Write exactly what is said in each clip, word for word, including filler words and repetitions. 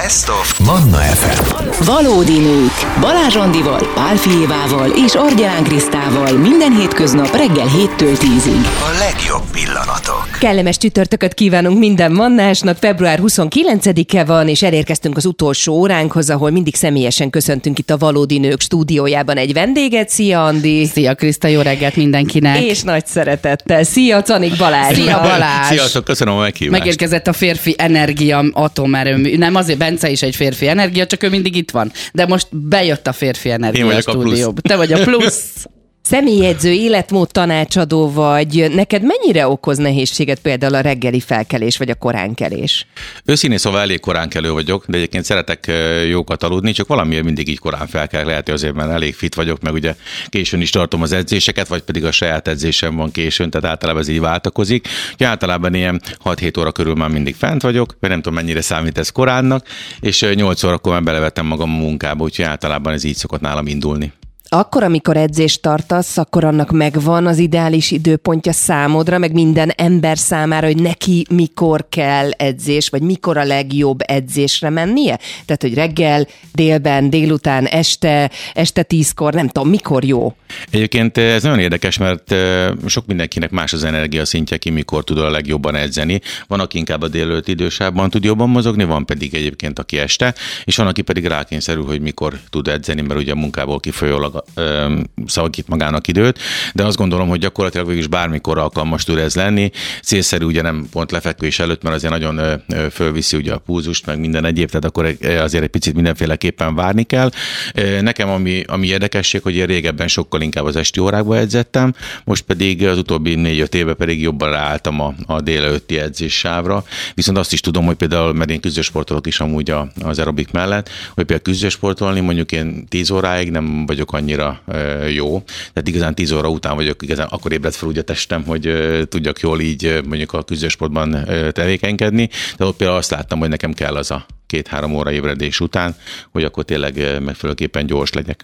Best of Manna ef em. Valódi nők. Balázs Andival, Pál Fijévával és Argyán Krisztával minden hétköznap reggel héttől tízig. A legjobb pillanatok. Kellemes csütörtököt kívánunk minden mannásnak. február huszonkilencedike van, és elérkeztünk az utolsó óránkhoz, ahol mindig személyesen köszöntünk itt a Valódi Nők stúdiójában egy vendéget. Szia, Andi! Szia, Kriszta, jó reggelt mindenkinek! És nagy szeretettel. Szia, Canik Balázs! Szia, Balázs! Sziasztok, köszönöm a meghívást! Megérkezett a férfi energia atomerőmű. Nem, azért Bence is egy férfi energia, csak ő mindig itt van. De most bejött a férfi energia a stúdióba. Te vagy a plusz. Személyedző, életmód tanácsadó vagy. Neked mennyire okoz nehézséget például a reggeli felkelés, vagy a koránkelés? Őszintén szóval elég koránkelő vagyok, de egyébként szeretek jókat aludni, csak valamiért mindig így korán fel kell, lehet, azért, mert elég fit vagyok, meg ugye későn is tartom az edzéseket, vagy pedig a saját edzésem van későn, tehát általában ez így váltakozik. Úgyhogy általában ilyen hat-hét óra körül már mindig fent vagyok, vagy nem tudom mennyire számít ez koránnak, és nyolc órakor már belevettem magam a munkába, úgyhogy általában ez így szokott nálam indulni. Akkor, amikor edzést tartasz, akkor annak megvan az ideális időpontja számodra, meg minden ember számára, hogy neki mikor kell edzés, vagy mikor a legjobb edzésre mennie? Tehát, hogy reggel, délben, délután, este, este tízkor, nem tudom, mikor jó? Egyébként ez nagyon érdekes, mert sok mindenkinek más az energiaszintje, ki mikor tud a legjobban edzeni. Van, aki inkább a délelőtt idősávban tud jobban mozogni, van pedig egyébként, aki este, és van, aki pedig rákényszerül, hogy mikor tud edzeni, mert ugye a munkából kifolyólag szakít magának időt, de azt gondolom, hogy gyakorlatilag végül is bármikor alkalmas tud ez lenni. Célszerű ugye nem pont lefekvés előtt, mert azért nagyon fölviszi ugye a pulzust, meg minden egyéb, tehát akkor azért egy picit mindenféleképpen várni kell. Nekem ami, ami érdekesség, hogy én régebben sokkal inkább az esti órákban edzettem, most pedig az utóbbi négy-öt évben pedig jobban ráálltam a, a délelőtti edzéssávra. Viszont azt is tudom, hogy például, mert én küzdősportolok is amúgy az aerobik mellett, hogy például küzdősportolni mondjuk én tíz óráig nem vagyok annyira jó. Tehát igazán tíz óra után vagyok, igazán akkor ébredt fel úgy a testem, hogy tudjak jól így mondjuk a küzdősportban tevékenykedni. De ott például azt láttam, hogy nekem kell az a két-három óra ébredés után, hogy akkor tényleg megfelelőképpen gyors legyek.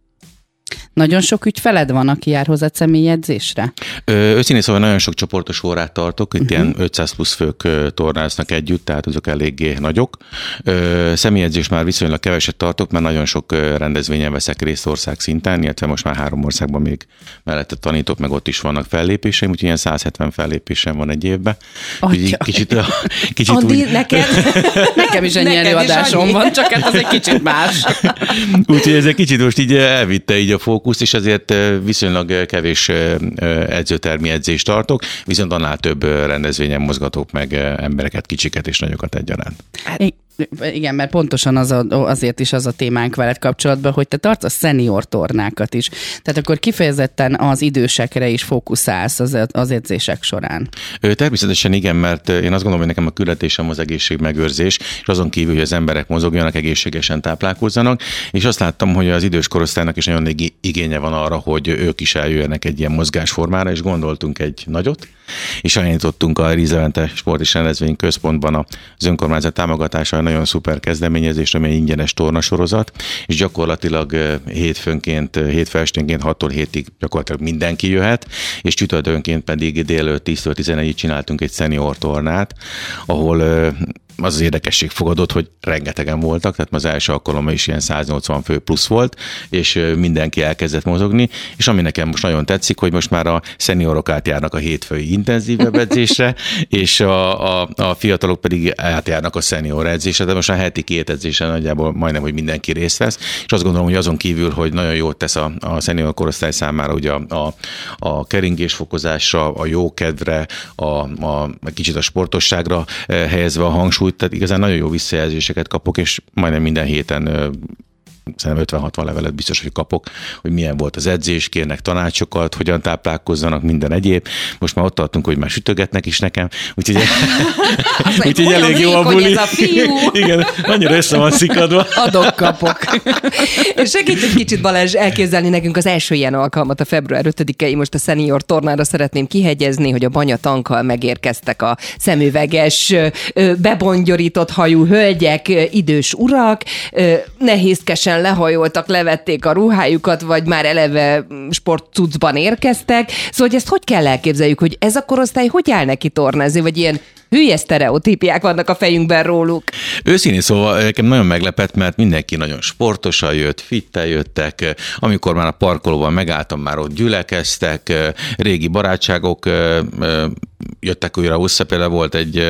Nagyon sok ügyfeled van, aki jár hozzá személyedzésre? Őszintén szóval nagyon sok csoportos órát tartok, itt uh-huh. ilyen ötszáz plusz fők tornáznak együtt, tehát azok eléggé nagyok. Személyedzés már viszonylag keveset tartok, mert nagyon sok rendezvényen veszek részt ország szinten, illetve most már három országban még mellette tanítok, meg ott is vannak fellépéseim, úgyhogy ilyen száz hetven fellépésem van egy évben. Kicsit, kicsit Andi, úgy... neked? Nekem is ennyi előadásom van, csak hát az egy kicsit más. Úgyhogy ez egy kicsit most így elvitte így a fókusz, és azért viszonylag kevés edzőtermi edzést tartok, viszont annál több rendezvényen mozgatok meg embereket, kicsiket és nagyokat egyaránt. Igen, mert pontosan az a, azért is az a témánk veled kapcsolatban, hogy te tartasz szenior tornákat is. Tehát akkor kifejezetten az idősekre is fókuszálsz az, az edzések során. Természetesen igen, mert én azt gondolom, hogy nekem a küldetésem az egészségmegőrzés, és azon kívül, hogy az emberek mozogjanak, egészségesen táplálkozzanak, és azt láttam, hogy az idős korosztálynak is nagyon igénye van arra, hogy ők is eljöjjenek egy ilyen mozgásformára, és gondoltunk egy nagyot, és elindítottunk a Ríz Levente Sport és Rendezvény Központban az önkormányzat támogatása nagyon szuper kezdeményezés, amely ingyenes tornasorozat, és gyakorlatilag hétfőnként, hétfő esténként hattól hétig gyakorlatilag mindenki jöhet, és csütörtökönként pedig délelőtt tíztől tizenegyig csináltunk egy szenior tornát, ahol az az érdekesség fogadott, hogy rengetegen voltak, tehát az első alkalommal is ilyen száznyolcvan fő plusz volt, és mindenki elkezdett mozogni, és ami nekem most nagyon tetszik, hogy most már a szeniorok átjárnak a hétfői intenzívebb edzésre, és a, a, a fiatalok pedig átjárnak a szenior edzésre, de most a heti két edzésen nagyjából majdnem, hogy mindenki részt vesz, és azt gondolom, hogy azon kívül, hogy nagyon jót tesz a, a szenior korosztály számára, ugye a, a, a keringésfokozásra, a jó kedvre, a, a kicsit a sportosságra helyezve a hangsúlyt, tehát igazán nagyon jó visszajelzéseket kapok, és majdnem minden héten szerintem ötven-hatvan levelet biztos, hogy kapok, hogy milyen volt az edzés, kérnek tanácsokat, hogyan táplálkozzanak, minden egyéb. Most már ott tartunk, hogy már sütögetnek is nekem, úgyhogy, úgyhogy elég jó a buli. Ez a fiú. Igen, annyira össze van szikadva. Adok-kapok. Segíts egy kicsit, Balázs, elképzelni nekünk az első ilyen alkalmat a február ötödikei. Most a szenior tornára szeretném kihegyezni, hogy a banyatankkal megérkeztek a szemüveges, bebongyorított hajú hölgyek, idős urak, nehézkesen lehajoltak, levették a ruhájukat, vagy már eleve sportcuccban érkeztek. Szóval, hogy ezt hogy kell elképzeljük, hogy ez a korosztály hogy áll neki tornázni, vagy ilyen hülye sztereotípiák vannak a fejünkben róluk. Őszintén szóval nekem nagyon meglepett, mert mindenki nagyon sportosan jött, fittel jöttek, amikor már a parkolóban megálltam, már ott gyülekeztek, régi barátságok jöttek újra vissza, például volt egy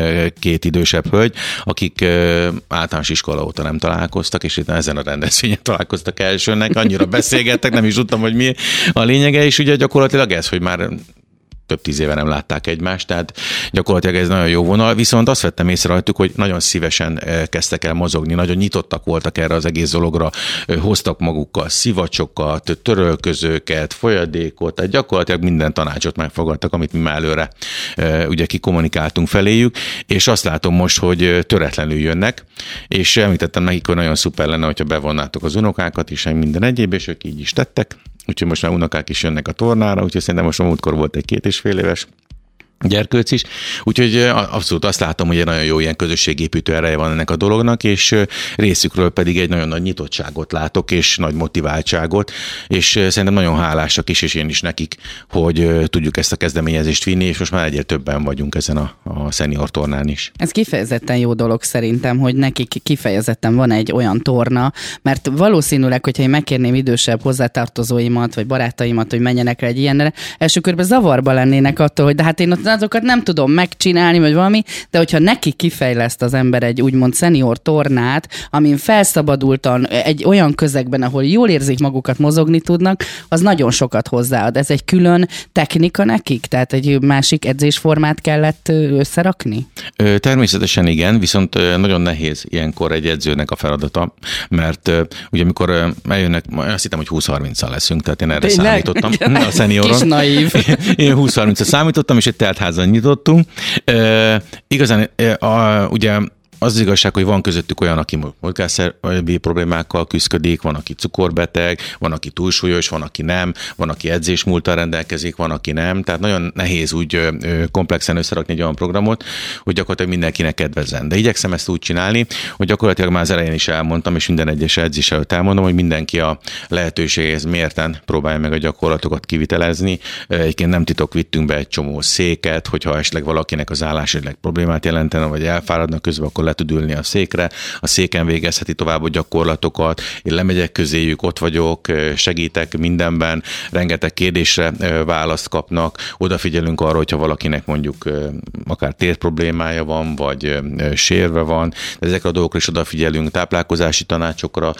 két idősebb hölgy, akik általános iskola óta nem találkoztak, és itt ezen a rendezvényen találkoztak elsőnek, annyira beszélgettek, nem is tudtam, hogy mi a lényege, és ugye gyakorlatilag ez, hogy már több tíz éve nem látták egymást, tehát gyakorlatilag ez nagyon jó vonal, viszont azt vettem észre rajtuk, hogy nagyon szívesen kezdtek el mozogni, nagyon nyitottak voltak erre az egész dologra, hoztak magukkal szivacsokat, törölközőket, folyadékot, tehát gyakorlatilag minden tanácsot megfogadtak, amit mi már előre ugye kikommunikáltunk feléjük, és azt látom most, hogy töretlenül jönnek, és említettem nekik, hogy nagyon szuper lenne, hogyha bevonnátok az unokákat is, minden egyéb, és ők így is tettek. Úgyhogy most már unokák is jönnek a tornára, úgyhogy szerintem most a múltkor volt egy két és fél éves gyerkőc is. Úgyhogy abszolút azt látom, hogy egy nagyon jó ilyen közösségépítő ereje van ennek a dolognak, és részükről pedig egy nagyon nagy nyitottságot látok, és nagy motiváltságot, és szerintem nagyon hálásak is, és én is nekik, hogy tudjuk ezt a kezdeményezést vinni, és most már egyre többen vagyunk ezen a, a senior tornán is. Ez kifejezetten jó dolog szerintem, hogy nekik kifejezetten van egy olyan torna, mert valószínűleg, hogyha én megkérném idősebb hozzátartozóimat, vagy barátaimat, hogy menjenek rá egy ilyenre, első körben zavarba lennének attól, hogy de hát én ott azokat nem tudom megcsinálni, vagy valami, de hogyha neki kifejleszt az ember egy úgymond szenior tornát, amin felszabadultan egy olyan közegben, ahol jól érzik magukat, mozogni tudnak, az nagyon sokat hozzáad. Ez egy külön technika nekik? Tehát egy másik edzésformát kellett összerakni? Természetesen igen, viszont nagyon nehéz ilyenkor egy edzőnek a feladata, mert ugye amikor eljönnek, azt hittem, hogy húsz-harminccal leszünk, tehát én erre Tényleg? számítottam a szenioron. Kis naív. Én húsz-harmincra számítottam, és egy teltházan nyitottunk. E, igazán e, a, ugye az, az igazság, hogy van közöttük olyan, aki mozgásszervi problémákkal küzdik, van, aki cukorbeteg, van, aki túlsúlyos, van, aki nem, van, aki edzésmúlttal rendelkezik, van, aki nem. Tehát nagyon nehéz úgy komplexen összerakni egy olyan programot, hogy gyakorlatilag mindenkinek kedvezzen. De igyekszem ezt úgy csinálni, hogy gyakorlatilag már az elején is elmondtam, és minden egyes edzés előtt elmondom, hogy mindenki a lehetőséghez mérten próbálja meg a gyakorlatokat kivitelezni. Egyébként nem titok, vittünk be egy csomó széket, hogyha esetleg valakinek az állás esetleg problémát jelentene, vagy elfáradnak közben, akkor le tud ülni a székre, a széken végezheti tovább a gyakorlatokat, én lemegyek közéjük, ott vagyok, segítek mindenben, rengeteg kérdésre választ kapnak, odafigyelünk arra, hogyha valakinek mondjuk akár tér problémája van, vagy sérve van, de ezekre a dolgokra is odafigyelünk, táplálkozási tanácsokra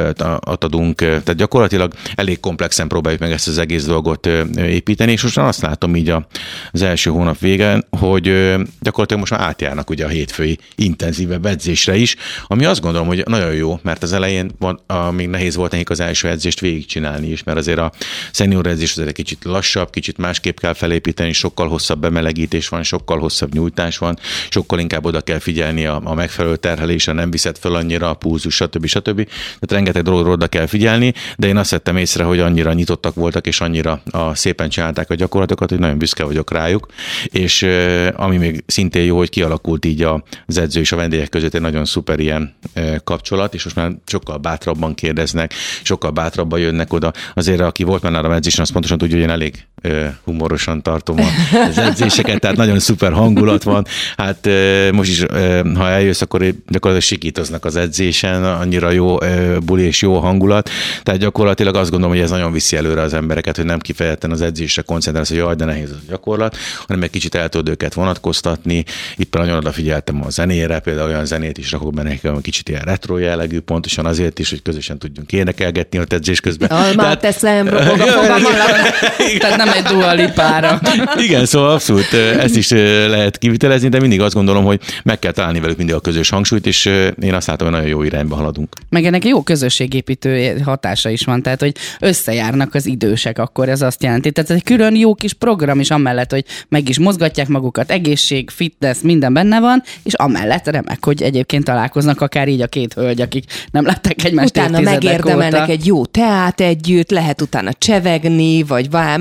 adunk, tehát gyakorlatilag elég komplexen próbáljuk meg ezt az egész dolgot építeni, és most azt látom így az első hónap végén, hogy gyakorlatilag most már átjárnak ugye a hétfői intenzívebb edzésre is, ami azt gondolom, hogy nagyon jó, mert az elején van, még nehéz volt nekik az első edzést végigcsinálni is, mert azért a senior edzés azért egy kicsit lassabb, kicsit másképp kell felépíteni, sokkal hosszabb bemelegítés van, sokkal hosszabb nyújtás van, sokkal inkább oda kell figyelni a, a megfelelő terhelésre, nem viszed fel annyira a pulzus, stb. stb. Tehát rengeteg dologra oda kell figyelni, de én azt vettem észre, hogy annyira nyitottak voltak, és annyira a, szépen csinálták a gyakorlatokat, hogy nagyon büszke vagyok rájuk, és ami még szintén jó, hogy kialakult így az edző és a vendégek között egy nagyon szuper ilyen kapcsolat, és most már sokkal bátrabban kérdeznek, sokkal bátrabban jönnek oda. Azért, aki volt már nálam edzésen, azt pontosan tudja, hogy én elég humorosan tartom az edzéseket, tehát nagyon szuper hangulat van. Hát most is, ha eljössz, akkor gyakorlatilag sikítoznak az edzésen, annyira jó buli és jó hangulat. Tehát gyakorlatilag azt gondolom, hogy ez nagyon viszi előre az embereket, hogy nem kifejezetten az edzésre koncentrálsz, hogy jaj, de nehéz az a gyakorlat, hanem egy kicsit el tudod őket vonatkoztatni. Itt nagyon odafigyeltem a zenére, például olyan zenét is rakok benne, egy kicsit ilyen retro jellegű, pontosan azért is, hogy közösen tudjunk énekelgetni ott edzés közben. Almát Tehát... teszem, robog a fogam Tehát nem egy Dua Lipára. Igen, szóval abszolút ezt is lehet kivitelezni, de mindig azt gondolom, hogy meg kell találni velük mindig a közös hangsúlyt, és én azt látom, hogy nagyon jó irányba haladunk. Meg ennek jó közösségépítő hatása is van, tehát hogy összejárnak az idősek, akkor ez azt jelenti. Tehát ez egy külön jó kis program is amellett, hogy meg is mozgatják magukat, egészség, fitness, minden benne van, és amellett remek, hogy egyébként találkoznak akár így a két hölgy, akik nem látták egymást utána évtizedek megérdemelnek óta. egy jó teát együtt, lehet utána csevegni, vagy más Tehát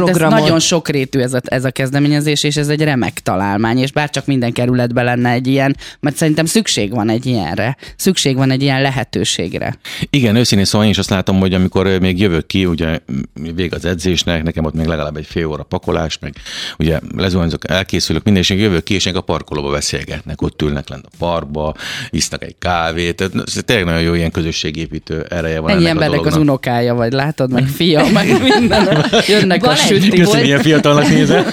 ez programot. nagyon sokrétű ez a, ez a kezdeményezés, és ez egy remek találmány, és bárcsak minden kerületben lenne egy ilyen, mert szerintem szükség van egy ilyenre, szükség van egy ilyen lehetőségre. Igen, őszintén szóval én is azt látom, hogy amikor még jövök ki, ugye vég az edzésnek, nekem ott még legalább egy fél óra pakolás, meg ugye lezuhanyzok, elkészülök, minden, és jövök ki, és a parkolóba beszélgetnek, ott ülnek lent a parkba, isznak egy kávét, tehát ez tényleg nagyon jó ilyen közösségépítő ereje van. Ennyi embernek az unokája vagy, látod, meg fia, meg minden, jönnek Balázs, a süti. Köszönöm, ilyen fiatalnak nézel.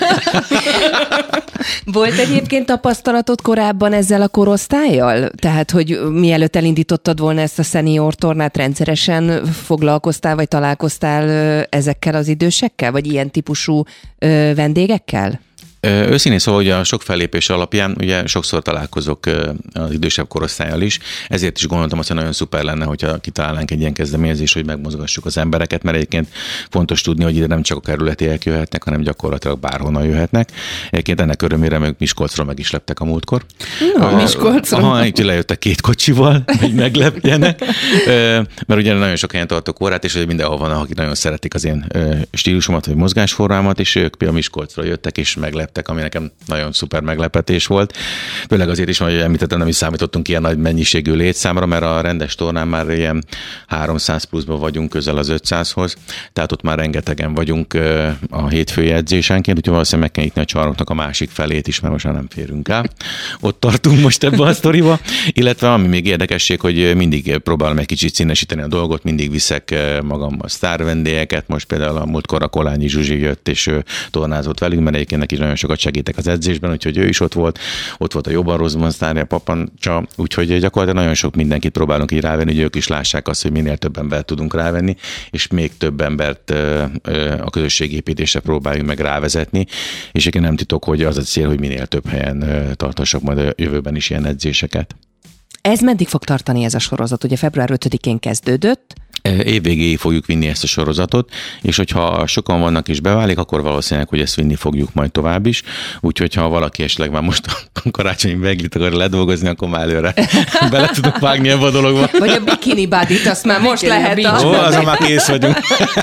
Volt egyébként tapasztalatod korábban ezzel a korosztállyal? Tehát, hogy mielőtt elindítottad volna ezt a senior tornát, rendszeresen foglalkoztál, vagy találkoztál ezekkel az idősekkel, vagy ilyen típusú vendégekkel? Őszintén szóval, hogy a sok fellépés alapján ugye sokszor találkozok az idősebb korosztállyal is, ezért is gondoltam azt, hogy nagyon szuper lenne, hogyha kitalálnánk egy ilyen kezdeményezést, hogy megmozgassuk az embereket, mert egyébként fontos tudni, hogy ide nem csak a kerületiek jöhetnek, hanem gyakorlatilag bárhonnan jöhetnek. Egyébként ennek örömére meg Miskolcról meg is leptek a múltkor. No, a Miskolcról? Aha, így lejöttek két kocsival, hogy meglepjenek, mert ugye nagyon sok helyen tartok órát, és mindenhol van, akik nagyon szeretik az én stílusomat, vagy mozgásformámat, és ők például Miskolcról jöttek, és meglep ami nekem nagyon szuper meglepetés volt. Főleg azért is, hogy említettem, nem is számítottunk ilyen nagy mennyiségű létszámra, mert a rendes tornán már ilyen háromszáz pluszban vagyunk, közel az ötszázhoz, tehát ott már rengetegen vagyunk a hétfői edzésenként, úgyhogy valószínűleg meg kell nyitni a csarnoknak a másik felét is, mert most már nem férünk el. Ott tartunk most ebben a sztoriba, illetve ami még érdekesség, hogy mindig próbálom egy kicsit színesíteni a dolgot, mindig viszek magammal sztárvendégeket, most például a múltkor a Kolányi Zsuzsi jött, és ő tornázott velünk, mert egyébként neki nagyon sokat segítek az edzésben, úgyhogy ő is ott volt. Ott volt a Jobban Rozman sztárja, Papancsa, úgyhogy gyakorlatilag nagyon sok mindenkit próbálunk így rávenni, hogy ők is lássák azt, hogy minél több embert tudunk rávenni, és még több embert a közösségépítésre próbáljunk meg rávezetni, és egyébként nem titok, hogy az a cél, hogy minél több helyen tartassak majd a jövőben is ilyen edzéseket. Ez meddig fog tartani ez a sorozat? Ugye február ötödikén kezdődött. Évvégéig fogjuk vinni ezt a sorozatot, és hogyha sokan vannak és beválik, akkor valószínűleg, hogy ezt vinni fogjuk majd tovább is. Úgyhogy ha valaki esetleg már most a karácsonyi beglit akar ledolgozni, akkor már előre bele tudok vágni ebbe a dologba. Vagy a bikini buddy-t, azt már most lehet. A... Ó, azon már kész vagyunk.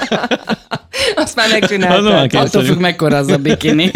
Azt már megcsináltad. Attól függ, mekkora az a bikini.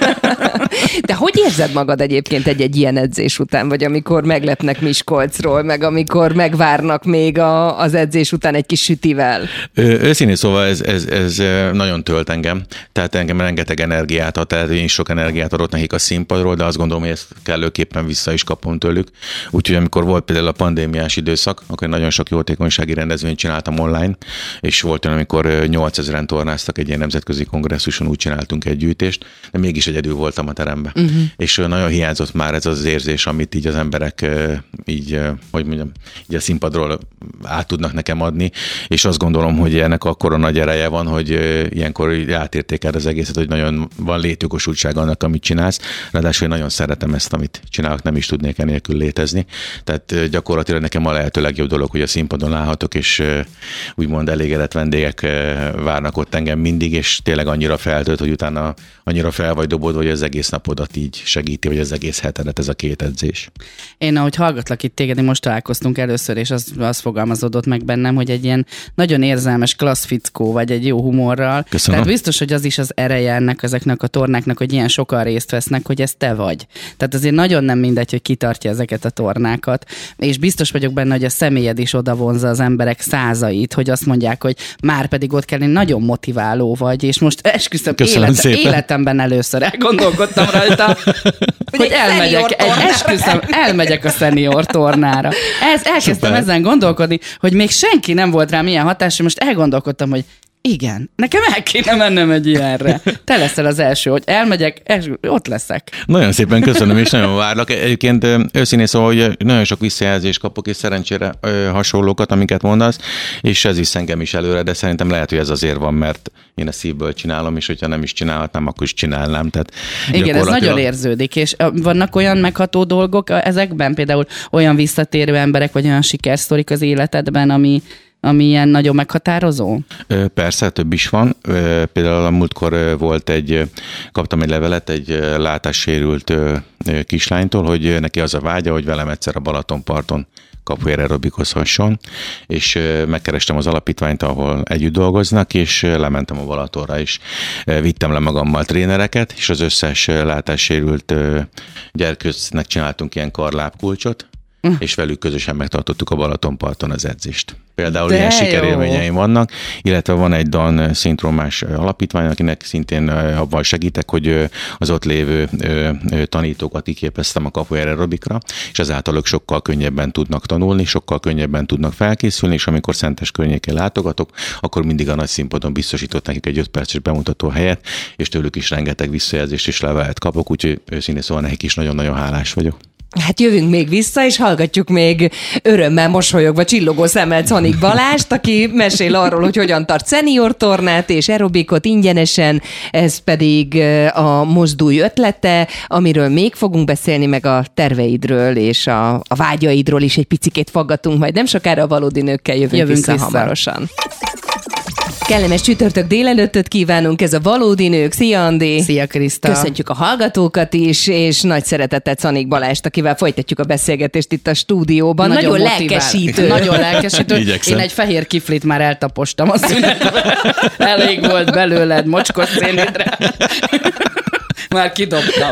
De hogy érzed magad egyébként egy-egy ilyen edzés után, vagy amikor meglepnek Miskolcról, meg amikor megvárnak még a, az edzés után egy kis sütivel? Őszintén szóval ez, ez, ez nagyon tölt engem, tehát engem rengeteg energiát ad, tehát én is sok energiát adott nekik a színpadról, de azt gondolom, hogy ezt kellőképpen vissza is kapom tőlük. Úgyhogy amikor volt például a pandémiás időszak, akkor nagyon sok jótékonysági rendezvényt csináltam online, és volt olyan, amikor nyolcezren tornáztak egy ilyen nemzetközi kongresszuson, úgy csináltunk egy gyűjtést, de mégis egyedül voltam a teremben. Uh-huh. És nagyon hiányzott már ez az érzés, amit így az emberek így, hogy mondjam, így a színpadról át tudnak nekem adni, és azt gondolom, hogy ennek akkora nagy ereje van, hogy ilyenkor átértékel az egészet, hogy nagyon van létjogosultság annak, amit csinálsz. Ráadásul én nagyon szeretem ezt, amit csinálok, nem is tudnék enélkül létezni. Tehát gyakorlatilag nekem a lehető legjobb dolog, hogy a színpadon állhatok, és úgymond elégedett vendégek várnak ott engem mindig, és tényleg annyira feltölt, hogy utána annyira fel vagy dobódva, hogy az egész napodat így segíti, vagy az egész hetedet ez a két edzés. Én, ahogy hallgatlak itt téged, most találkoztunk először, és az, az fogalmazódott meg bennem, hogy egy ilyen nagyon érzelmes klassz fickó vagy egy jó humorral. Köszönöm. Tehát biztos, hogy az is az ereje ennek, ezeknek a tornáknak, hogy ilyen sokan részt vesznek, hogy ez te vagy. Tehát azért nagyon nem mindegy, hogy kitartja ezeket a tornákat, és biztos vagyok benne, hogy a személyed is oda vonza az emberek százait, hogy azt mondják, hogy már pedig ott kell, én nagyon motiváló vagy, és most esküszöm, élet, életemben először elgondolkodtam rajta, hogy elmegyek, egy, esküszöm, elmegyek a senior tornára. Ez, elkezdtem Super. ezen gondolkodni, hogy még senki nem volt rám ilyen hatás, most elgondolkodtam, hogy igen, nekem el kéne mennem egy ilyenre. Te leszel az első, hogy elmegyek, es, ott leszek. Nagyon szépen köszönöm, és nagyon várlak. Egyébként őszintén szóval, hogy nagyon sok visszajelzést kapok, és szerencsére hasonlókat, amiket mondasz, és ez visz engem is előre, de szerintem lehet, hogy ez azért van, mert én a szívből csinálom, és hogyha nem is csinálhatnám, akkor is csinálnám. Tehát igen, ez nagyon érződik, és vannak olyan megható dolgok ezekben, például olyan visszatérő emberek, vagy olyan sikersztorik az életedben, ami ami ilyen nagyon meghatározó? Persze, több is van. Például a múltkor volt egy, kaptam egy levelet egy látássérült kislánytól, hogy neki az a vágya, hogy velem egyszer a Balatonparton capoeira aerobikozhasson, és megkerestem az alapítványt, ahol együtt dolgoznak, és lementem a Balatonra, és vittem le magammal trénereket, és az összes látássérült gyerkőcnek csináltunk ilyen karlábkulcsot, és velük közösen megtartottuk a Balatonparton az edzést. Például De ilyen jó. sikerélményeim vannak, illetve van egy Down szindrómás alapítvány, akinek szintén abban segítek, hogy az ott lévő tanítókat kiképeztem a capoeira aerobikra, és ezáltal ők sokkal könnyebben tudnak tanulni, sokkal könnyebben tudnak felkészülni, és amikor Szentes környékén látogatok, akkor mindig a nagy színpadon biztosított nekik egy öt perces bemutató helyet, és tőlük is rengeteg visszajelzést és levelet kapok, úgyhogy őszintén szóval nekik is nagyon-nagyon hálás vagyok. Hát jövünk még vissza, és hallgatjuk még örömmel, mosolyogva, csillogó szemmel Czonik Balást, aki mesél arról, hogy hogyan tart szenior tornát és aerobikot ingyenesen, ez pedig a Mozdulj ötlete, amiről még fogunk beszélni, meg a terveidről és a, a vágyaidról is egy picikét faggatunk, majd nem sokára a valódi nőkkel jövünk, jövünk vissza, vissza hamarosan. Kellemes csütörtök délelőttöt kívánunk, ez a Valódi Nők. Szia, Andi! Szia, Kriszta! Köszöntjük a hallgatókat is, és nagy szeretettel Czonik Balást, akivel folytatjuk a beszélgetést itt a stúdióban. Nagyon, Nagyon lelkesítő. Nagyon lelkesítő. Igyekszem. Én egy fehér kiflit már eltapostam a szünetben. Elég volt belőled mocskos szénidre. Már kidobtam.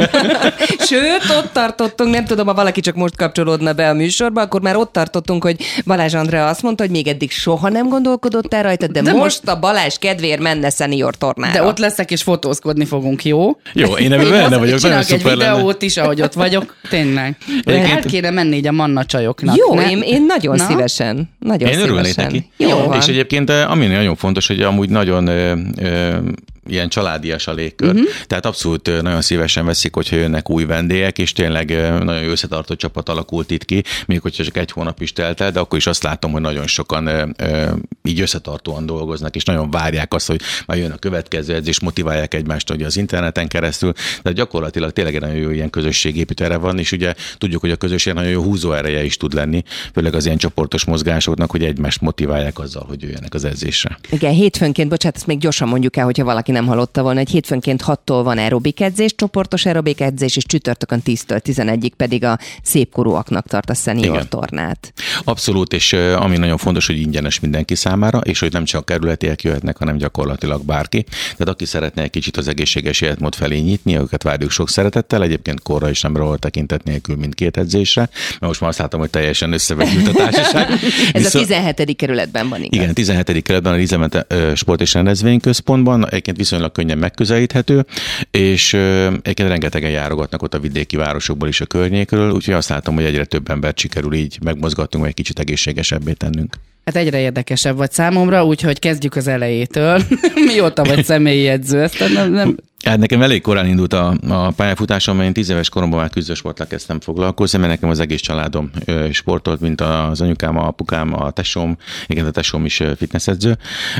Sőt, ott tartottunk, nem tudom, ha valaki csak most kapcsolódna be a műsorba, akkor már ott tartottunk, hogy Balázs Andrea azt mondta, hogy még eddig soha nem gondolkodott el rajta, de, de most, most a Balázs kedvéért menne szenior tornára. De ott leszek, és fotózkodni fogunk, jó? Jó, én ebben benne vagyok, nagyon egy szuper lenne. videót is, ahogy ott vagyok. Tényleg. El kéne menni így a manna csajoknak. Jó, ne? én, én nagyon Na? szívesen. Nagyon Én örülnék szívesen. neki. Jó Jó, van. és egyébként ami nagyon fontos, hogy amúgy nagyon ö, ö, ilyen családias a légkör, uh-huh. tehát abszolút ö, nagyon szívesen veszik, hogyha jönnek új vendégek, és tényleg ö, nagyon jó összetartott csapat alakult itt ki, még hogyha csak egy hónap is telt el, de akkor is azt látom, hogy nagyon sokan ö, ö, így összetartóan dolgoznak, és nagyon várják azt, hogy már jön a következő edzés, motiválják egymást ugye az interneten keresztül, de gyakorlatilag tényleg egy nagyon jó ilyen közösségépítő erre van, és ugye tudjuk, hogy a közösség nagyon jó húzó ereje is tud lenni, főleg az ilyen csoportos mozgásoknak, hogy egymást motiválják azzal, hogy jöjjenek az edzésre. Igen, hétfőnként, bocsánat, ezt még gyorsan mondjuk el, hogyha valaki nem hallotta volna, hogy hétfőnként hattól van aerobik edzés, csoportos aerobik edzés, és csütörtökön tíztől tizenegyig pedig a szépkorúaknak tart a szenior Igen. tornát. Abszolút, és uh, ami nagyon fontos, hogy ingyenes mindenki számára, és hogy nem csak kerületiek jöhetnek, hanem gyakorlatilag bárki. Tehát aki szeretne egy kicsit az egészséges életmód felé nyitni, őket várjuk sok szeretettel, egyébként korra is nem róla tekintet nélkül mindkét edzésre, mert most már azt látom, hogy teljesen összevegyült a társaság. Ez Viszont... a tizenhetedik kerületben van, igaz? Igen, tizenhetedik kerületben a Rízemente Sport és Rendezvényközpontban, egyébként viszonylag könnyen megközelíthető, és egyébként rengetegen járogatnak ott a vidéki városokból is a környékről, úgyhogy azt látom, hogy egyre több embert sikerül így megmozgatnunk, vagy egy kicsit egészségesebbé tennünk. Hát egyre érdekesebb vagy számomra, úgyhogy kezdjük az elejétől. Mióta vagy személyi edző? Ezt nem, nem... Hát nekem elég korán indult a, a pályafutásom, mert én tíz éves koromban már küzdősporttal kezdtem foglalkozni, mert nekem az egész családom ö, sportolt, mint az anyukám, a apukám, a tesóm, igen, a tesóm is fitnessedző,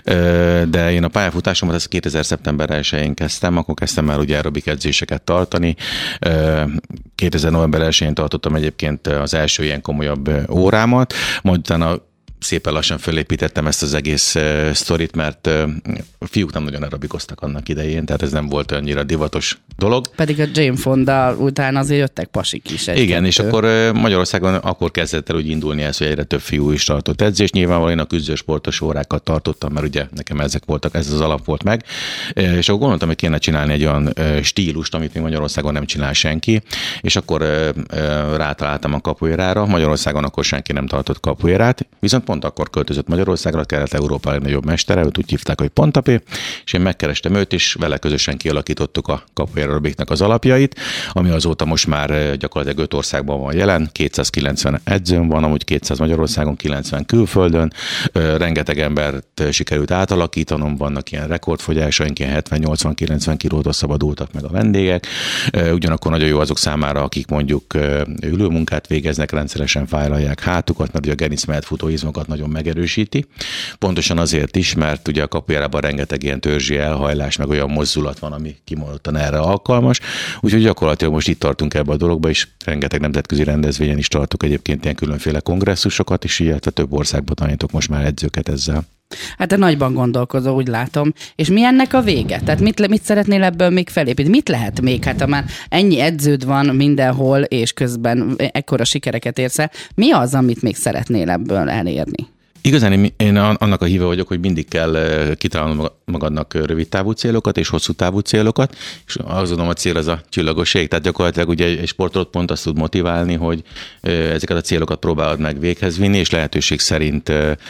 ö, de én a pályafutásomat ezt kétezer szeptember elsején kezdtem, akkor kezdtem már ugye aerobik edzéseket tartani. Ö, kétezer november elsején tartottam egyébként az első ilyen komolyabb órámat, majd utána szépen lassan fölépítettem ezt az egész uh, sztorit, mert uh, a fiúk nem nagyon aerobikoztak annak idején, tehát ez nem volt annyira divatos dolog. Pedig a Jane Fonda után azért jöttek pasik is. Igen, kettő. És akkor uh, Magyarországon akkor kezdett el úgy indulni ez, hogy egyre több fiú is tartott edzés. Nyilvánvalóan én a küzdősportos órákat tartottam, mert ugye nekem ezek voltak, ez az alap volt meg. Uh, és akkor gondoltam, hogy kéne csinálni egy olyan uh, stílust, amit még Magyarországon nem csinál senki, és akkor uh, uh, rátaláltam a capoeirára. Magyarországon akkor senki nem tartott capoeirát, viszont pont akkor költözött Magyarországra, Kelet-Európa legnagyobb mestere, őt úgy hívták, hogy Pontapé, és én megkerestem őt, és vele közösen kialakítottuk a capoeira aerobiknak az alapjait, ami azóta most már gyakorlatilag öt országban van jelen, kétszázkilencven edzőn van, amúgy kétszáz Magyarországon, kilencven külföldön, rengeteg embert sikerült átalakítanom, vannak ilyen rekordfogyásaink, ilyen hetven-nyolcvan-kilencven kilótól szabadultak meg a vendégek, ugyanakkor nagyon jó azok számára, akik mondjuk ülőmunkát végeznek, rendszeresen fájlalják hátukat, mert ugye a gerincmellett futóizmokat nagyon megerősíti. Pontosan azért is, mert ugye a capoeirában rengeteg ilyen törzsi elhajlás, meg olyan mozdulat van, ami kimondottan erre alkalmas, úgyhogy gyakorlatilag most itt tartunk ebbe a dologba, és rengeteg nemzetközi rendezvényen is tartok egyébként ilyen különféle kongresszusokat, és illetve több országban tanítok most már edzőket ezzel. Hát te nagyban gondolkozol, úgy látom. És mi ennek a vége? Tehát mit, mit szeretnél ebből még felépíteni? Mit lehet még? Hát ha már ennyi edződ van mindenhol, és közben ekkora sikereket érsz el, mi az, amit még szeretnél ebből elérni? Igazán én annak a híve vagyok, hogy mindig kell kitalálnom magadnak rövid távú célokat és hosszú távú célokat, és azt gondolom, a cél az a csillagosség. Tehát gyakorlatilag ugye egy sportolót pont azt tud motiválni, hogy ezeket a célokat próbálod meg véghez vinni, és lehetőség szerint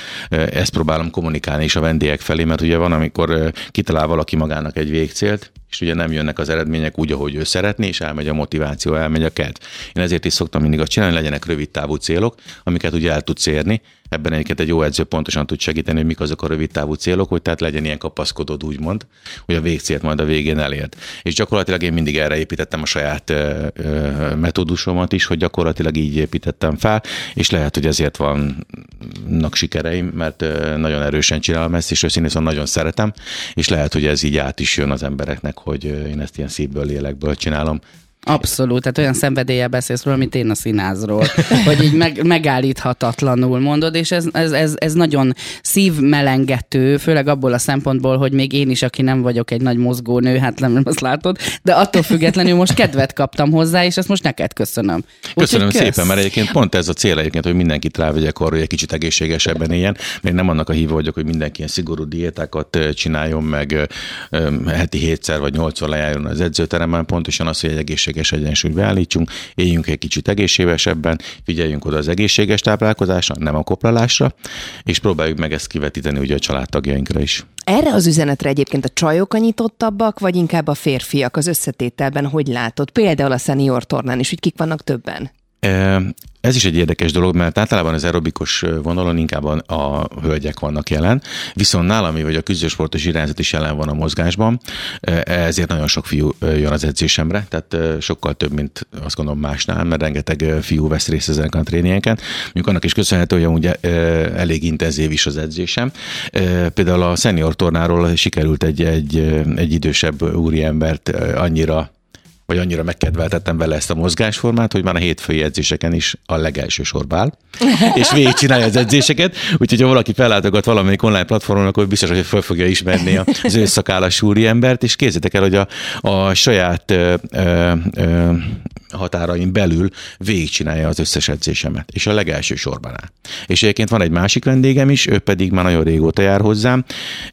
ezt próbálom kommunikálni is a vendégek felé, mert ugye van, amikor kitalál valaki magának egy végcélt, és ugye nem jönnek az eredmények úgy, ahogy ő szeretné, és elmegy a motiváció, elmegy a kedv. Én ezért is szoktam mindig azt csinálni, legyenek rövid távú célok, amiket ugye el tudsz érni. Ebben egyébként egy jó edző pontosan tud segíteni, hogy mik azok a rövid távú célok, hogy tehát legyen ilyen kapaszkodód, úgymond, hogy a végcélt majd a végén elért. És gyakorlatilag én mindig erre építettem a saját ö, ö, metódusomat is, hogy gyakorlatilag így építettem fel, és lehet, hogy ezért vannak sikereim, mert ö, nagyon erősen csinálom ezt, és őszintén nagyon szeretem, és lehet, hogy ez így át is jön az embereknek, hogy én ezt ilyen szívből, lélekből csinálom. Abszolút, tehát olyan szenvedéllyel beszélsz róla, mint én a színházról, hogy így meg, megállíthatatlanul mondod, és ez, ez, ez, ez nagyon szívmelengető, főleg abból a szempontból, hogy még én is, aki nem vagyok egy nagy mozgónő, hát nem azt látod, de attól függetlenül most kedvet kaptam hozzá, és ezt most neked köszönöm. Köszönöm Úgy, szépen, mert egyébként pont ez a cél egyébként, hogy mindenkit rávegyek arra, hogy egy kicsit egészségesebben éljen, még nem annak a hívó vagyok, hogy mindenki ilyen szigorú diétákat csináljon, meg heti hétszer vagy nyolcszor lejárjon az edzőteremben, pontosan az, hogy egy egészséges egyensúlyt beállítsunk, éljünk egy kicsit egészségesebben, figyeljünk oda az egészséges táplálkozásra, nem a koplalásra, és próbáljuk meg ezt kivetíteni ugye a családtagjainkra is. Erre az üzenetre egyébként a csajok a nyitottabbak, vagy inkább a férfiak az összetételben, hogy látod? Például a szenior tornán is, hogy kik vannak többen? Ez is egy érdekes dolog, mert általában az aerobikus vonalon inkább a, a hölgyek vannak jelen, viszont nálam, vagy a küzdősportos irányzat is jelen van a mozgásban, ezért nagyon sok fiú jön az edzésemre, tehát sokkal több, mint azt gondolom másnál, mert rengeteg fiú vesz részt ezeken a tréningeken. Mondjuk annak is köszönhető, hogy ugye elég intenzív is az edzésem. Például a szenior tornáról sikerült egy, egy, egy idősebb úriembert annyira vagy annyira megkedveltettem vele ezt a mozgásformát, hogy már a hétfői edzéseken is a legelső sorba áll, és végigcsinálja az edzéseket, úgyhogy ha valaki fellátogat valamelyik online platformon, akkor biztos, hogy fel fogja ismerni az ősszakállas úriembert, és képzeljétek el, hogy a, a saját ö, ö, ö, határain belül végigcsinálja az összes edzésemet, és a legelső sorban áll. És egyébként van egy másik vendégem is, ő pedig már nagyon régóta jár hozzám,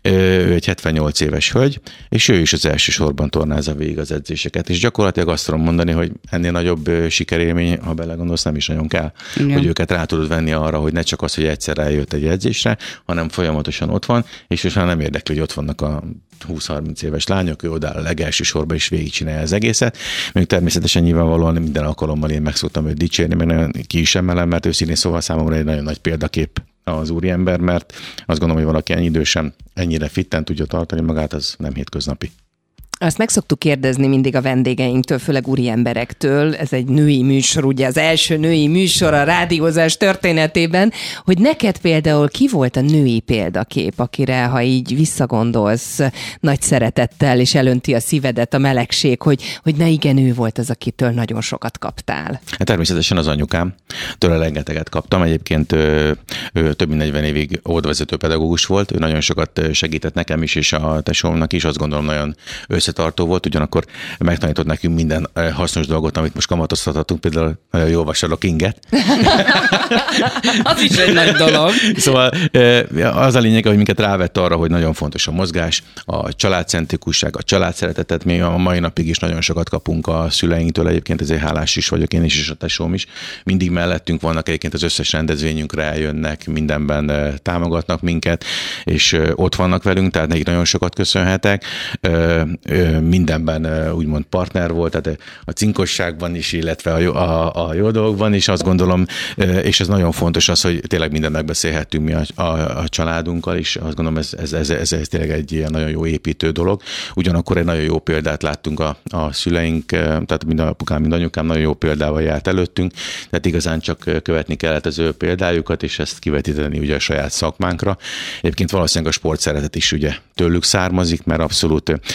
ő egy hetvennyolc éves hölgy, és ő is az első sorban tornázza végig az edzéseket, és gyakorlatilag azt tudom mondani, hogy ennél nagyobb sikerélmény, ha belegondolsz, nem is nagyon kell, igen, hogy őket rá tudod venni arra, hogy ne csak az, hogy egyszer eljött egy edzésre, hanem folyamatosan ott van, és most már nem érdekli, hogy ott vannak a húsz-harminc éves lányok, ő odáll a legelső sorba is végigcsinálja az egészet. Még természetesen nyilvánvalóan minden alkalommal én meg szoktam őt dicsérni, meg nagyon ki is emelem, mert őszintén szóval számomra egy nagyon nagy példakép az úriember, mert azt gondolom, hogy valaki ennyi idősen ennyire fitten tudja tartani magát, az nem hétköznapi. Azt meg szoktuk kérdezni mindig a vendégeinktől, főleg úri emberektől, ez egy női műsor, ugye az első női műsor a rádiózás történetében, hogy neked például ki volt a női példakép, akire, ha így visszagondolsz nagy szeretettel, és elönti a szívedet a melegség, hogy, hogy na igen, ő volt az, akitől nagyon sokat kaptál. Hát természetesen az anyukám, tőle rengeteget kaptam, egyébként ő, ő több mint negyven évig óvodavezető pedagógus volt, ő nagyon sokat segített nekem is, és a tesómnak is, azt gondolom nagyon összetartó volt, ugyanakkor megtanított nekünk minden hasznos dolgot, amit most kamatoztathatunk, például nagyon jól vasalok inget. Az is egy nagy dolog. Szóval az a lényeg, hogy minket rávett arra, hogy nagyon fontos a mozgás, a családcentrikusság, a családszeretetet, még a mai napig is nagyon sokat kapunk a szüleinktől, egyébként ezért hálás is vagyok én is, és a tesóm is. Mindig mellettünk vannak, egyébként az összes rendezvényünkre eljönnek, mindenben támogatnak minket, és ott vannak velünk, tehát nekik nagyon sokat köszönhetek. Mindenben úgymond partner volt, tehát a cinkosságban is, illetve a jó, a, a jó dolgokban is, azt gondolom, és ez nagyon fontos az, hogy tényleg mindent megbeszélhettünk mi a, a, a családunkkal is, azt gondolom, ez, ez, ez, ez, ez tényleg egy ilyen nagyon jó építő dolog. Ugyanakkor egy nagyon jó példát láttunk a, a szüleink, tehát mind apukám, mind anyukám nagyon jó példával járt előttünk, tehát igazán csak követni kellett az ő példájukat, és ezt kivetíteni ugye a saját szakmánkra. Egyébként valószínűleg a sportszeretet is ugye tőlük származik, mert abszolút, egyébként a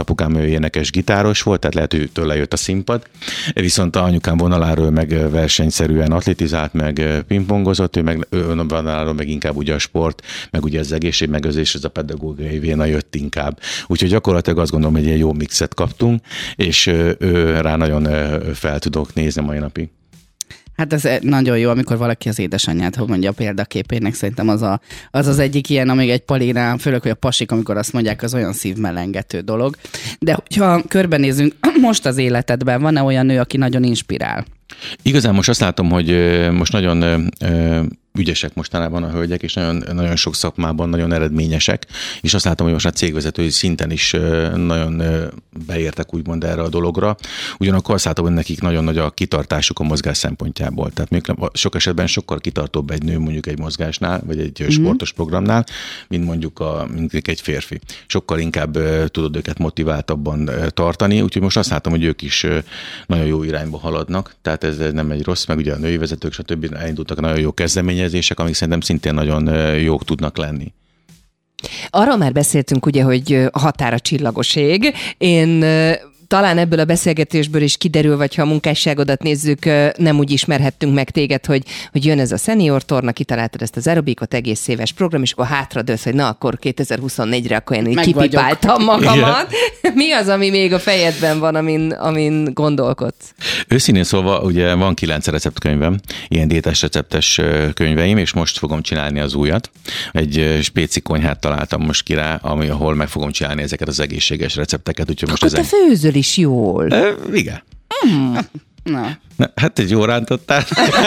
apukám ő énekes, gitáros volt, tehát lehet, hogy tőle jött a színpad, viszont a anyukám vonaláról meg versenyszerűen atletizált, meg pingpongozott, ő meg ő vonaláról meg inkább ugye a sport, meg ugye az egészségmegőrzés, ez a pedagógiai véna jött inkább. Úgyhogy gyakorlatilag azt gondolom, hogy egy ilyen jó mixet kaptunk, és ő rá nagyon fel tudok nézni mai napig. Hát ez nagyon jó, amikor valaki az édesanyját, hogy mondja, a példaképének, szerintem az, a, az az egyik ilyen, amíg egy palinál, főleg, hogy a pasik, amikor azt mondják, az olyan szívmelengető dolog. De hogyha körbenézünk, most az életedben van-e olyan nő, aki nagyon inspirál? Igazán most azt látom, hogy most nagyon ügyesek mostanában a hölgyek, és nagyon, nagyon sok szakmában nagyon eredményesek, és azt látom, hogy most a cégvezetői szinten is nagyon beértek úgymond erre a dologra. Ugyanakkor azt látom, hogy nekik nagyon nagy a kitartásuk a mozgás szempontjából. Tehát mondjuk sok esetben sokkal kitartóbb egy nő mondjuk egy mozgásnál, vagy egy mm-hmm. sportos programnál, mint mondjuk a, mint egy férfi. Sokkal inkább tudod őket motiváltabban tartani, úgyhogy most azt látom, hogy ők is nagyon jó irányba haladnak, tehát ez nem egy rossz, meg ugye a női vezetők, stb. Elindultak nagyon jó kezdeményezések, amik szerintem szintén nagyon jók tudnak lenni. Arról már beszéltünk ugye, hogy határ a csillagoség. Én talán ebből a beszélgetésből is kiderül, vagy ha a munkásságodat nézzük, nem úgy ismerhettünk meg téged, hogy, hogy jön ez a Senior Torna, kitaláltad ezt az aerobikot, egész éves program, és akkor hátradőlsz, hogy na, akkor kétezer-huszonnégyre akkor én így kipipáltam magamat. Igen. Mi az, ami még a fejedben van, amin, amin gondolkodsz? Őszintén szólva, ugye van kilenc receptkönyvem, ilyen diétás receptes könyveim, és most fogom csinálni az újat. Egy spéci konyhát találtam most ki rá, ami, ahol meg fogom csinálni ezeket az egészséges recepteket. Úgyhogy most akkor ezen... te főzöl is jól. E, igen. Mm. Na. Na, hát egy jó rántottál.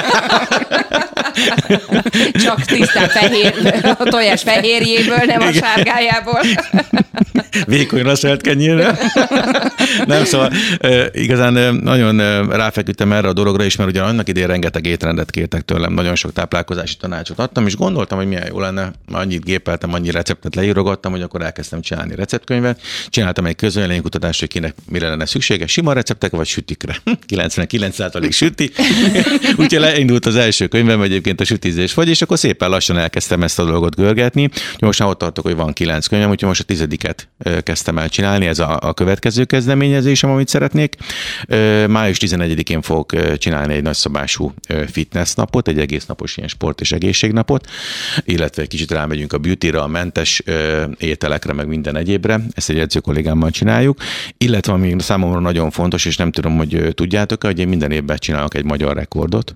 Csak tisztán fehér, a tojás fehérjéből, nem igen. A sárgájából. Vékonyra szelt kenyérre. Nem, szóval e, igazán e, nagyon e, ráfeküdtem erre a dologra is, mert ugye annak idén rengeteg étrendet kértek tőlem, nagyon sok táplálkozási tanácsot adtam, és gondoltam, hogy milyen jó lenne, annyit gépeltem, annyi receptet leírogattam, hogy akkor elkezdtem csinálni receptkönyvet. Csináltam egy közvéleménykutatást, hogy kinek mire lenne szüksége, sima receptek vagy sütikre. kilencvenkilenc százalék süti. Úgyhogy leindult az első könyvem egyébként a sütizés vagy, és akkor szépen lassan elkezdtem ezt a dolgot görgetni. Most már ott tartok, hogy van kilenc könyvem, úgyhogy most a tizediket kezdtem el csinálni, ez a, a következő kezdeményezésem, amit szeretnék. május tizenegyedikén fogok csinálni egy nagyszabású fitness napot, egy egész napos ilyen sport és egészségnapot, illetve egy kicsit rámegyünk a beautyra, a mentes ételekre, meg minden egyébre. Ezt egy edző kollégámmal csináljuk, illetve ami számomra nagyon fontos, és nem tudom, hogy tudjátok, hogy én minden évben csinálok egy magyar rekordot,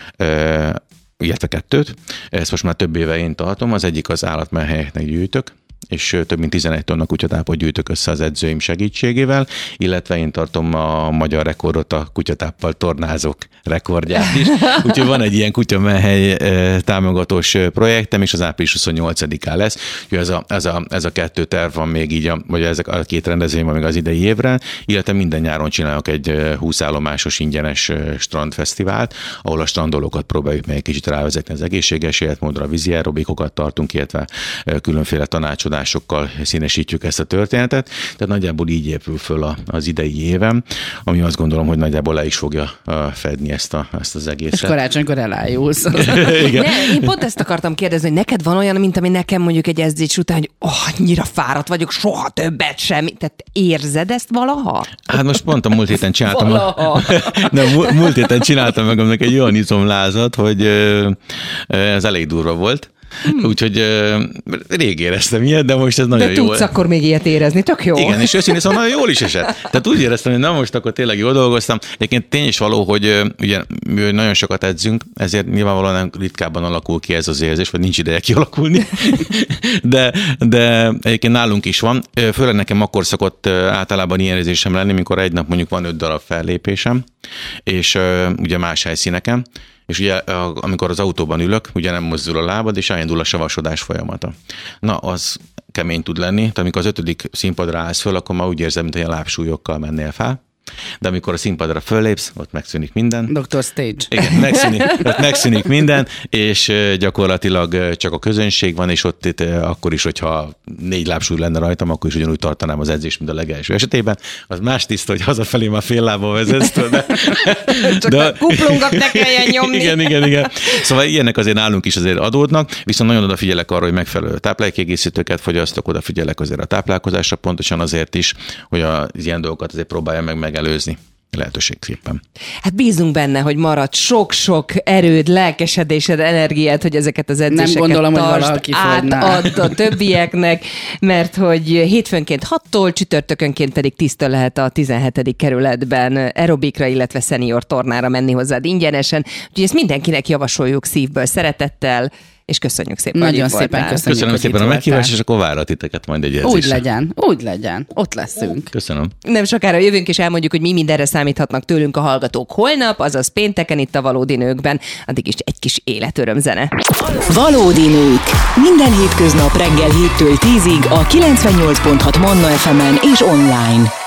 illetve kettőt. Ezt most már több éve én tartom. Az egyik az állatmenhelyeknek gyűjtök, és több mint tizenegy tonna kutyatápot gyűjtök össze az edzőim segítségével, illetve én tartom a magyar rekordot, a kutyatáppal tornázók rekordját is. Úgyhogy van egy ilyen kutyamenhely támogatós projektem, és az április huszonnyolcadikán lesz. Úgyhogy ez a, ez, a, ez a kettő terv van még így, a, vagy ezek a két rendezvény van még az idei évre, illetve minden nyáron csinálok egy húsz állomásos ingyenes strandfesztivált, ahol a strandolókat próbáljuk meg egy kicsit rávezetni az egészséges életmódra, vízi aerobikokat tartunk, illetve különféle tanácsadásokkal színesítjük ezt a történetet. Tehát nagyjából így épül föl az idei évem, ami azt gondolom, hogy nagyjából le is fogja fedni ezt, a, ezt az egészet. És karácsonykor elájulsz. Igen. Ne, én pont ezt akartam kérdezni, hogy neked van olyan, mint ami nekem mondjuk egy edzés után, hogy oh, annyira fáradt vagyok, soha többet sem. Tehát érzed ezt valaha? Hát most pont a múlt héten csináltam. A, de múlt héten csináltam magamnak egy olyan izomlázat, hogy ez elég durva volt. Hmm. Úgyhogy uh, rég éreztem ilyet, de most ez nagyon jó. De tudsz akkor még ilyet érezni, tök jó. Igen, és őszintén szóval nagyon jól is esett. Tehát úgy éreztem, hogy na most akkor tényleg jól dolgoztam. Egyébként tény is való, hogy uh, ugye mi nagyon sokat edzünk, ezért nyilvánvalóan ritkábban alakul ki ez az érzés, vagy nincs ideje kialakulni. de, de egyébként nálunk is van. Főleg nekem akkor szokott általában ilyen érzésem lenni, mikor egy nap mondjuk van öt darab fellépésem, és uh, ugye más helyszíneken, és ugye amikor az autóban ülök, ugye nem mozdul a lábad, és elindul a savasodás folyamata. Na, az kemény tud lenni, tehát amikor az ötödik színpadra állsz föl, akkor már úgy érzem, mint hogy a lábsúlyokkal mennél fel. de amikor a színpadra föllépsz, ott megszűnik minden. doktor Stage. Igen, megszűnik, ott megszűnik minden, és gyakorlatilag csak a közönség van, és ott itt, akkor is, hogyha négy lábsúly lenne rajtam, akkor is ugyanúgy tartanám az edzést, mint a legelső esetében. Az más tiszta, hogy hazafelé már fél lábbal vezetsz, de... Csak de, a kuplunkat ne kelljen nyomni. Igen, igen, igen. Szóval ilyenek azért nálunk is azért adódnak, viszont nagyon odafigyelek arra, hogy megfelelő táplálékkiegészítőket fogyasztok, odafigyelek azért a táplálkozásra, pontosan azért is, hogy az ilyen dolgokat azért próbálja meg megelőzni lehetőségképpen. Hát bízunk benne, hogy marad sok-sok erőd, lelkesedésed, energiát, hogy ezeket az edzéseket nem gondolom, tartsd, hogy átadd a többieknek, mert hogy hétfőnként hattól, csütörtökönként pedig tíztől lehet a tizenhetedik kerületben aerobikra, illetve szenior tornára menni hozzád ingyenesen. Úgyhogy ezt mindenkinek javasoljuk szívből, szeretettel, és köszönjük szépen, nagyon hogy szépen voltál. köszönjük, Köszönöm szépen a meghívást, és akkor várhat titeket majd egy edzésre. Úgy legyen, úgy legyen. Ott leszünk. Köszönöm. Nem sokára jövünk, és elmondjuk, hogy mi mindenre számíthatnak tőlünk a hallgatók holnap, azaz pénteken itt a Valódi Nőkben. Addig is egy kis életörömzene. Valódi nők. Minden hétköznap reggel héttől tízig a kilencvennyolc pont hat Manna ef emen és online.